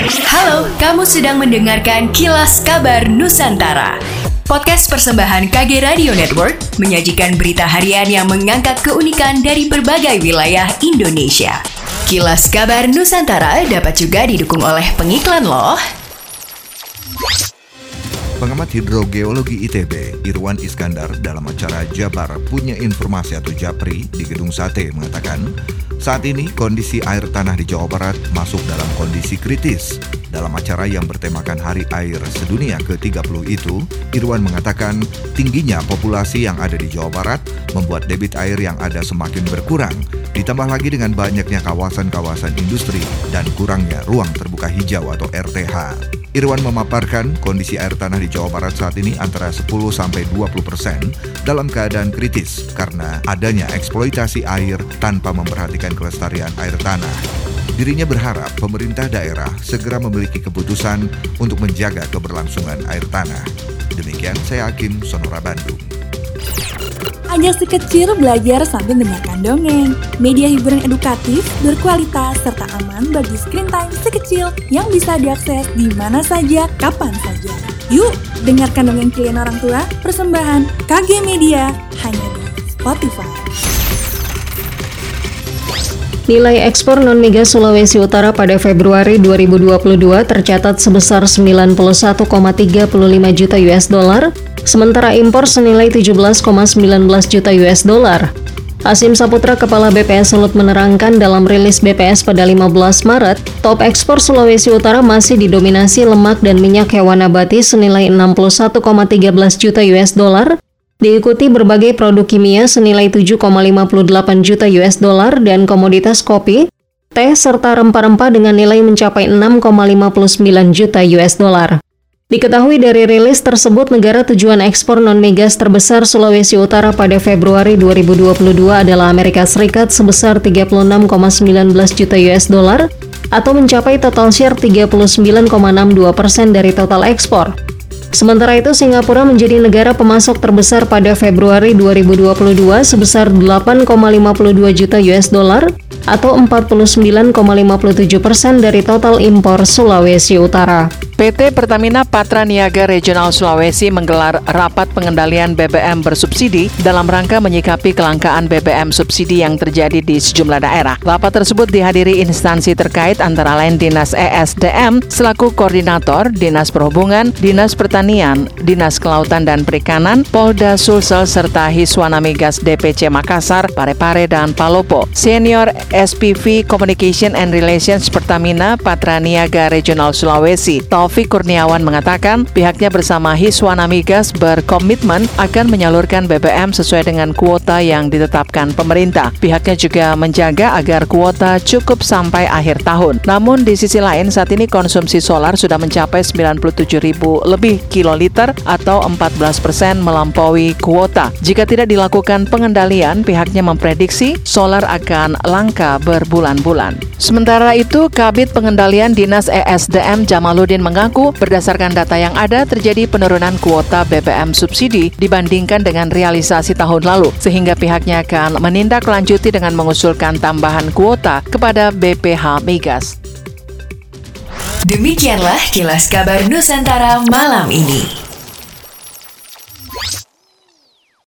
Halo, kamu sedang mendengarkan Kilas Kabar Nusantara. Podcast persembahan KG Radio Network menyajikan berita harian yang mengangkat keunikan dari berbagai wilayah Indonesia. Kilas Kabar Nusantara dapat juga didukung oleh pengiklan loh. Pengamat hidrogeologi ITB, Irwan Iskandar, dalam acara Jabar Punya Informasi atau Japri di Gedung Sate mengatakan, saat ini kondisi air tanah di Jawa Barat masuk dalam kondisi kritis. Dalam acara yang bertemakan Hari Air Sedunia ke-30 itu, Irwan mengatakan tingginya populasi yang ada di Jawa Barat membuat debit air yang ada semakin berkurang, ditambah lagi dengan banyaknya kawasan-kawasan industri dan kurangnya ruang terbuka hijau atau RTH. Irwan memaparkan kondisi air tanah di Jawa Barat saat ini antara 10-20% dalam keadaan kritis karena adanya eksploitasi air tanpa memperhatikan kelestarian air tanah. Dirinya berharap pemerintah daerah segera memiliki keputusan untuk menjaga keberlangsungan air tanah. Demikian saya Hakim Sonora Bandung. Ajak si kecil belajar sambil mendengarkan dongeng. Media hiburan edukatif, berkualitas, serta aman bagi screen time si kecil yang bisa diakses di mana saja, kapan saja. Yuk, dengarkan dongeng klien orang tua, persembahan KG Media, hanya di Spotify. Nilai ekspor non-migas Sulawesi Utara pada Februari 2022 tercatat sebesar 91,35 juta US dollar, sementara impor senilai 17,19 juta US dollar. Hasim Saputra, Kepala BPS Sulut, menerangkan dalam rilis BPS pada 15 Maret, top ekspor Sulawesi Utara masih didominasi lemak dan minyak hewan nabati senilai 61,13 juta US dollar, diikuti berbagai produk kimia senilai 7,58 juta US dollar dan komoditas kopi, teh, serta rempah-rempah dengan nilai mencapai 6,59 juta US dollar. Diketahui dari rilis tersebut, negara tujuan ekspor non-migas terbesar Sulawesi Utara pada Februari 2022 adalah Amerika Serikat sebesar 36,19 juta US dollar atau mencapai total share 39,62% dari total ekspor. Sementara itu, Singapura menjadi negara pemasok terbesar pada Februari 2022 sebesar 8,52 juta US dollar atau 49,57% dari total impor Sulawesi Utara. PT Pertamina Patra Niaga Regional Sulawesi menggelar rapat pengendalian BBM bersubsidi dalam rangka menyikapi kelangkaan BBM subsidi yang terjadi di sejumlah daerah. Rapat tersebut dihadiri instansi terkait antara lain Dinas ESDM selaku koordinator, Dinas Perhubungan, Dinas Pertanian, Dinas Kelautan dan Perikanan, Polda Sulsel, serta Hiswana Migas DPC Makassar, Parepare, dan Palopo. Senior SPV Communication and Relations Pertamina Patra Niaga Regional Sulawesi, Taufik Kurniawan, mengatakan pihaknya bersama Hiswana Migas berkomitmen akan menyalurkan BBM sesuai dengan kuota yang ditetapkan pemerintah. Pihaknya juga menjaga agar kuota cukup sampai akhir tahun. Namun di sisi lain, saat ini konsumsi solar sudah mencapai 97.000 lebih kiloliter atau 14% melampaui kuota. Jika tidak dilakukan pengendalian, pihaknya memprediksi solar akan langka berbulan-bulan. Sementara itu, Kabid Pengendalian Dinas ESDM Jamaluddin mengaku berdasarkan data yang ada terjadi penurunan kuota BBM subsidi dibandingkan dengan realisasi tahun lalu, sehingga pihaknya akan menindaklanjuti dengan mengusulkan tambahan kuota kepada BPH Migas. Demikianlah Kilas Kabar Nusantara malam ini.